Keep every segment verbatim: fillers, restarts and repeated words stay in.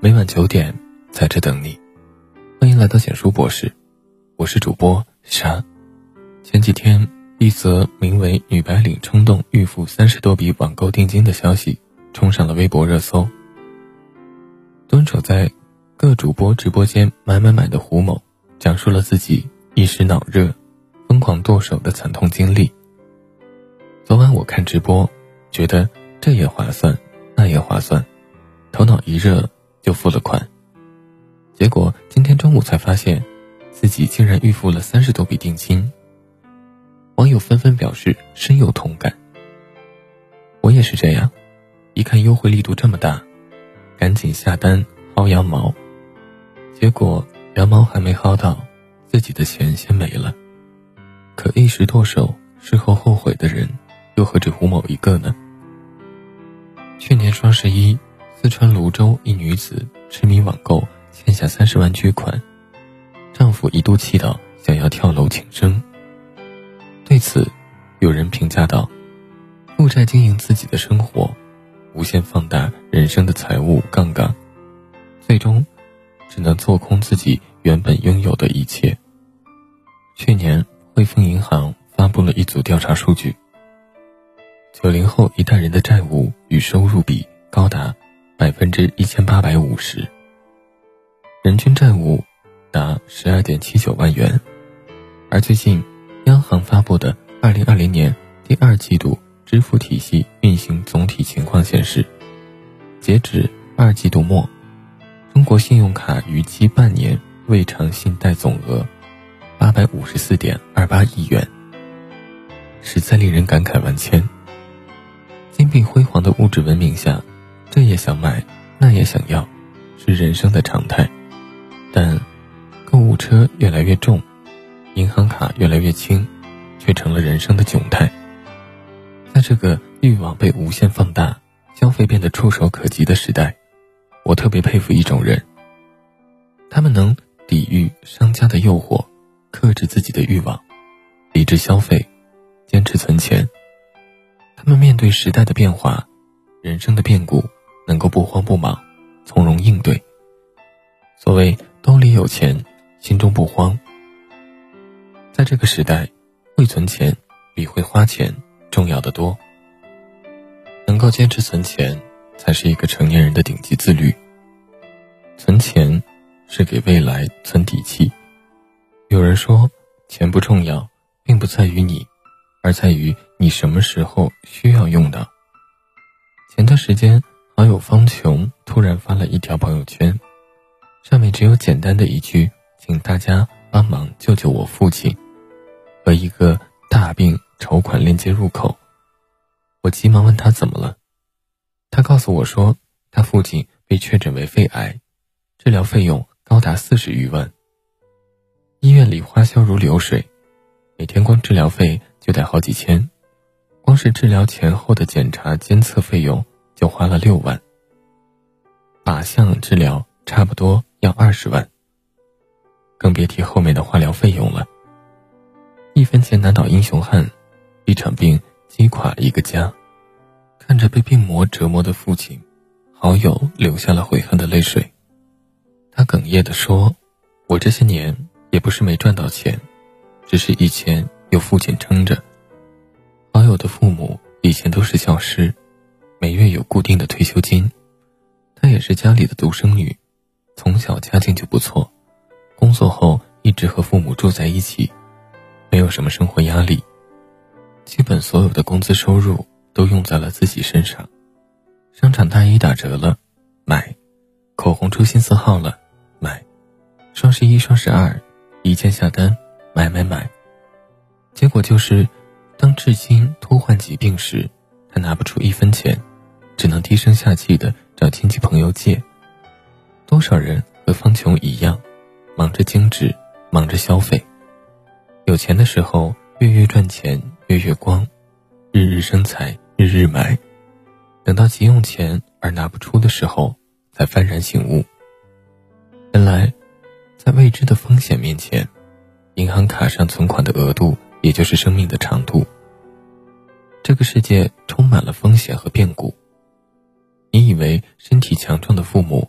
每晚九点在这等你。欢迎来到简书博士，我是主播沙。前几天，一则名为女白领冲动预付三十多笔网购定金的消息冲上了微博热搜。蹲守在各主播直播间买买买的胡某讲述了自己一时脑热疯狂剁手的惨痛经历。昨晚我看直播，觉得这也划算那也划算，头脑一热就付了款。结果今天中午才发现自己竟然预付了三十多笔定金。网友纷纷表示深有同感。我也是这样，一看优惠力度这么大，赶紧下单薅羊毛，结果羊毛还没薅到，自己的钱先没了。可一时剁手事后后悔的人又何止胡某一个呢？去年双十一，四川泸州一女子痴迷网购欠下三十万巨款，丈夫一度气到想要跳楼轻生。对此，有人评价道：负债经营自己的生活，无限放大人生的财务杠杆，最终只能做空自己原本拥有的一切。去年，汇丰银行发布了一组调查数据，九零后一代人的债务与收入比高达百分之一千八百五十，人均债务达十二点七九万元。而最近，央行发布的二零二零年第二季度支付体系运行总体情况显示，截止二季度末，中国信用卡逾期半年未偿信贷总额八百五十四点二八亿元，实在令人感慨万千。金碧辉煌的物质文明下，这也想买那也想要是人生的常态，但购物车越来越重，银行卡越来越轻，却成了人生的窘态。在这个欲望被无限放大，消费变得触手可及的时代，我特别佩服一种人，他们能抵御商家的诱惑，克制自己的欲望，理智消费，坚持存钱。他们面对时代的变化，人生的变故，能够不慌不忙，从容应对。所谓兜里有钱，心中不慌。在这个时代，会存钱比会花钱重要得多。能够坚持存钱，才是一个成年人的顶级自律。存钱是给未来存底气。有人说，钱不重要，并不在于你，而在于你什么时候需要用到。前段时间，好友方琼突然发了一条朋友圈，上面只有简单的一句请大家帮忙救救我父亲和一个大病筹款链接入口。我急忙问他怎么了，他告诉我说他父亲被确诊为肺癌，治疗费用高达四十余万，医院里花销如流水，每天光治疗费就得好几千，光是治疗前后的检查监测费用就花了六万，靶向治疗差不多要二十万，更别提后面的化疗费用了。一分钱难倒英雄汉，一场病击垮一个家。看着被病魔折磨的父亲，好友流下了悔恨的泪水。他哽咽地说，我这些年也不是没赚到钱，只是以前有父亲撑着。好友的父母以前都是教师，每月有固定的退休金。她也是家里的独生女，从小家境就不错，工作后一直和父母住在一起，没有什么生活压力，基本所有的工资收入都用在了自己身上。商场大衣打折了，买；口红出新色号了，买；双十一、双十二一键下单，买买买。结果就是，当至今突患疾病时，他拿不出一分钱，只能低声下气地找亲戚朋友借。多少人和方琼一样，忙着精致，忙着消费。有钱的时候，月月赚钱，月月光，日日生财，日日买。等到急用钱而拿不出的时候，才幡然醒悟。原来，在未知的风险面前，银行卡上存款的额度，也就是生命的长度。这个世界充满了风险和变故。你以为身体强壮的父母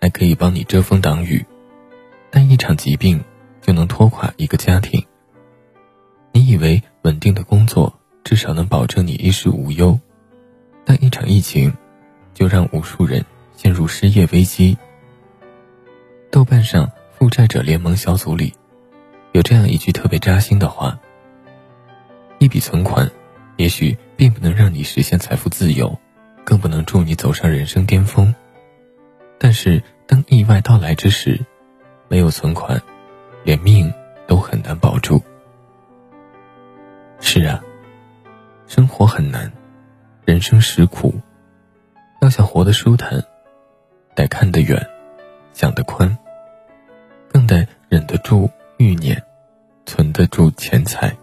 还可以帮你遮风挡雨，但一场疾病就能拖垮一个家庭。你以为稳定的工作至少能保证你衣食无忧，但一场疫情就让无数人陷入失业危机。豆瓣上负债者联盟小组里有这样一句特别扎心的话：一笔存款也许并不能让你实现财富自由，更不能助你走上人生巅峰，但是当意外到来之时，没有存款，连命都很难保住。是啊，生活很难，人生实苦，要想活得舒坦，得看得远，想得宽，更得忍得住欲念，存得住钱财。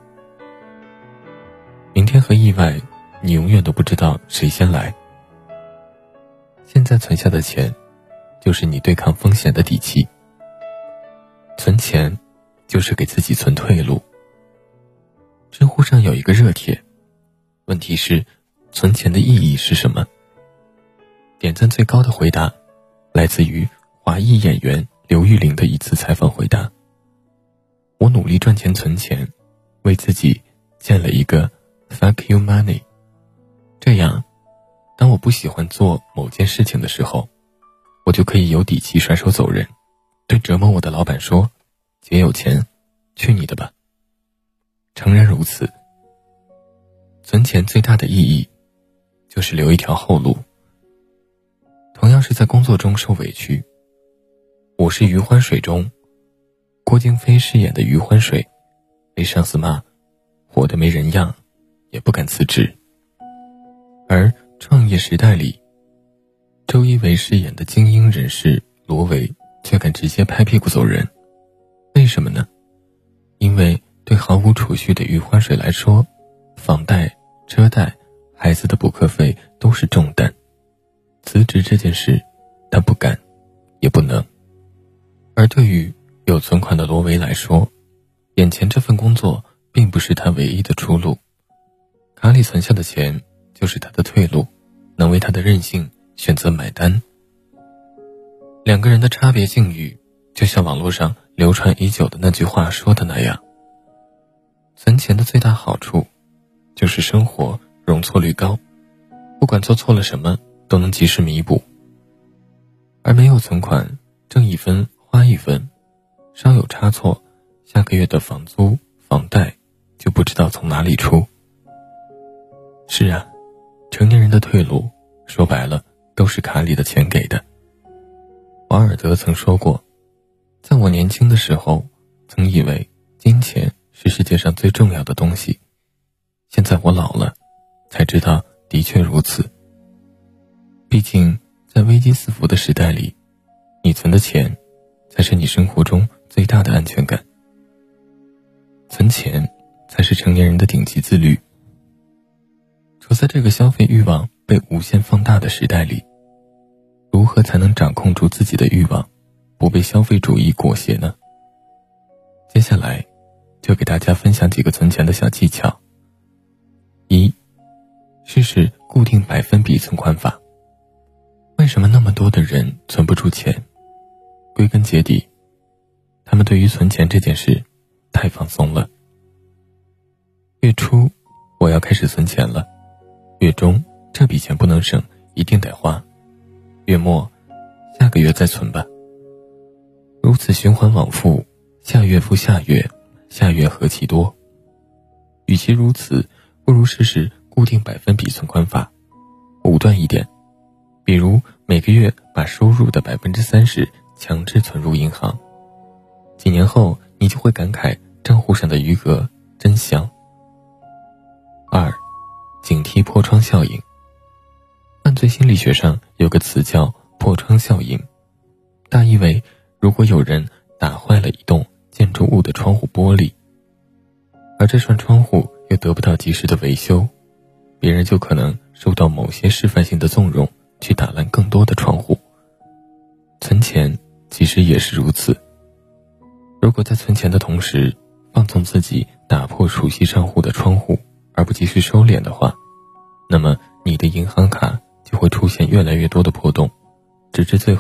明天和意外，你永远都不知道谁先来。现在存下的钱，就是你对抗风险的底气。存钱，就是给自己存退路。知乎上有一个热帖，问题是存钱的意义是什么？点赞最高的回答来自于华裔演员刘玉玲的一次采访回答：我努力赚钱存钱，为自己建了一个 fuck you money， 这样当我不喜欢做某件事情的时候，我就可以有底气甩手走人，对折磨我的老板说：姐有钱，去你的吧。诚然如此，存钱最大的意义就是留一条后路。同样是在工作中受委屈，我是余欢水中郭京飞饰演的余欢水，被上司骂活得没人样，也不敢辞职。而创业时代里，周一围饰演的精英人士罗维却敢直接拍屁股走人。为什么呢？因为对毫无储蓄的余欢水来说，房贷、车贷、孩子的补课费都是重担。辞职这件事，他不敢，也不能。而对于有存款的罗维来说，眼前这份工作并不是他唯一的出路。卡里存下的钱就是他的退路，能为他的任性选择买单。两个人的差别境遇，就像网络上流传已久的那句话说的那样，存钱的最大好处就是生活容错率高，不管做错了什么都能及时弥补。而没有存款，挣一分花一分，稍有差错，下个月的房租房贷就不知道从哪里出。是啊，成年人的退路说白了都是卡里的钱给的。瓦尔德曾说过，在我年轻的时候曾以为金钱是世界上最重要的东西，现在我老了才知道的确如此。毕竟在危机四伏的时代里，你存的钱才是你生活中最大的安全感。存钱才是成年人的顶级自律。处在这个消费欲望被无限放大的时代里，如何才能掌控住自己的欲望，不被消费主义裹挟呢？接下来就给大家分享几个存钱的小技巧。一，试试固定百分比存款法。为什么那么多的人存不住钱？归根结底，他们对于存钱这件事太放松了。月初我要开始存钱了，月中这笔钱不能省，一定得花，月末下个月再存吧。如此循环往复，下月复下月，下月何其多。与其如此，不如试试固定百分比存款法，武断一点，比如每个月把收入的百分之三十强制存入银行，几年后你就会感慨账户上的余额真香。二，警惕破窗效应。犯罪心理学上有个词叫破窗效应，大意为如果有人打坏了一栋建筑物的窗户玻璃，而这扇窗户又得不到及时的维修，别人就可能受到某些示范性的纵容，去打烂更多的窗户。存钱其实也是如此。如果在存钱的同时放纵自己打破熟悉账户的窗户而不及时收敛的话，那么你的银行卡就会出现越来越多的破洞，直至最后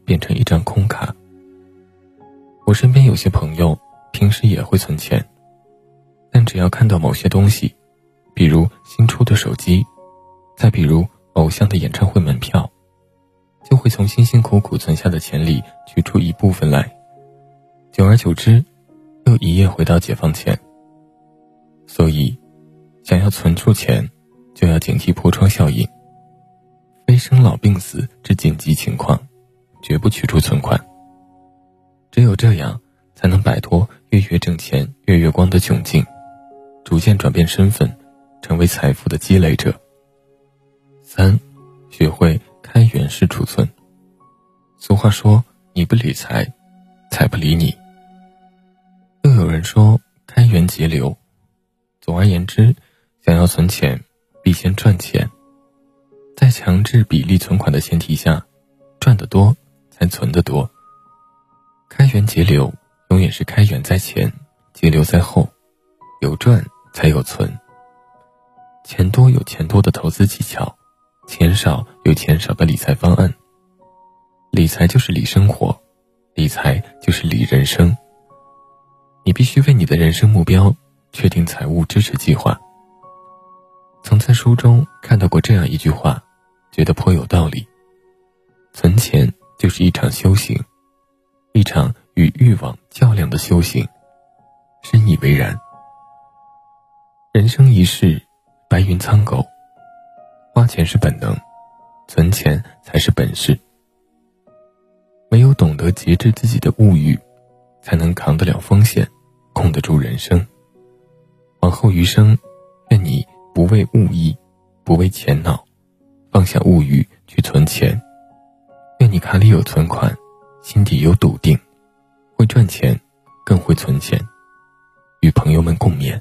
变成一张空卡。我身边有些朋友平时也会存钱，但只要看到某些东西，比如新出的手机，再比如偶像的演唱会门票，就会从辛辛苦苦存下的钱里取出一部分来，久而久之又一夜回到解放前。所以想要存出钱，就要警惕破窗效应，非生老病死之紧急情况绝不取出存款。只有这样才能摆脱月月挣钱月月光的窘境，逐渐转变身份，成为财富的积累者。三，学会开源式储存。俗话说，你不理财，财不理你。又有人说开源节流。总而言之，想要存钱，必先赚钱。在强制比例存款的前提下，赚得多才存得多。开源节流永远是开源在前，节流在后，有赚才有存。钱多有钱多的投资技巧，钱少有钱少的理财方案。理财就是理生活，理财就是理人生。你必须为你的人生目标确定财务支持计划。曾在书中看到过这样一句话，觉得颇有道理：存钱就是一场修行，一场与欲望较量的修行。深以为然。人生一世，白云苍狗，花钱是本能，存钱才是本事。唯有懂得节制自己的物欲，才能扛得了风险，控得住人生。往后余生，愿你不为物役，不为钱恼，放下物欲去存钱。愿你卡里有存款，心底有笃定，会赚钱，更会存钱。与朋友们共勉。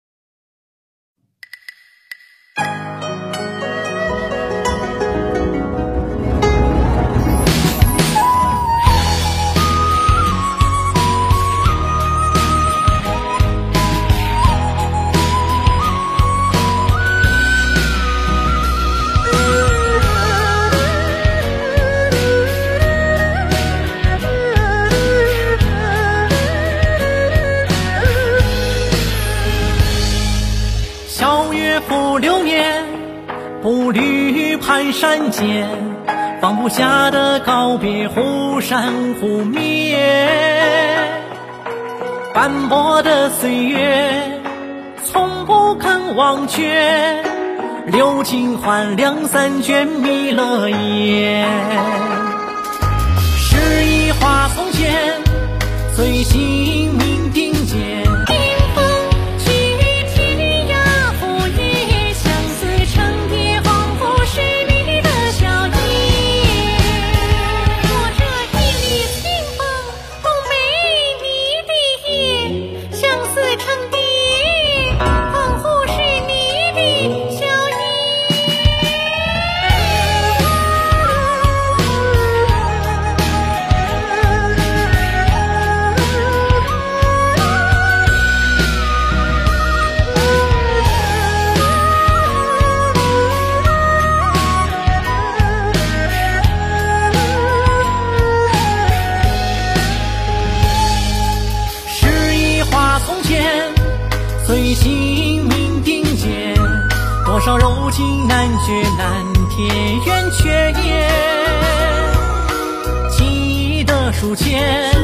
复流年，步履蹒跚间，放不下的告别忽闪忽灭。斑驳的岁月，从不肯忘却，流尽欢两三卷迷了眼。诗意化从前，随心明定间。随心明定间，多少柔情难绝难填圆缺页，记忆的书签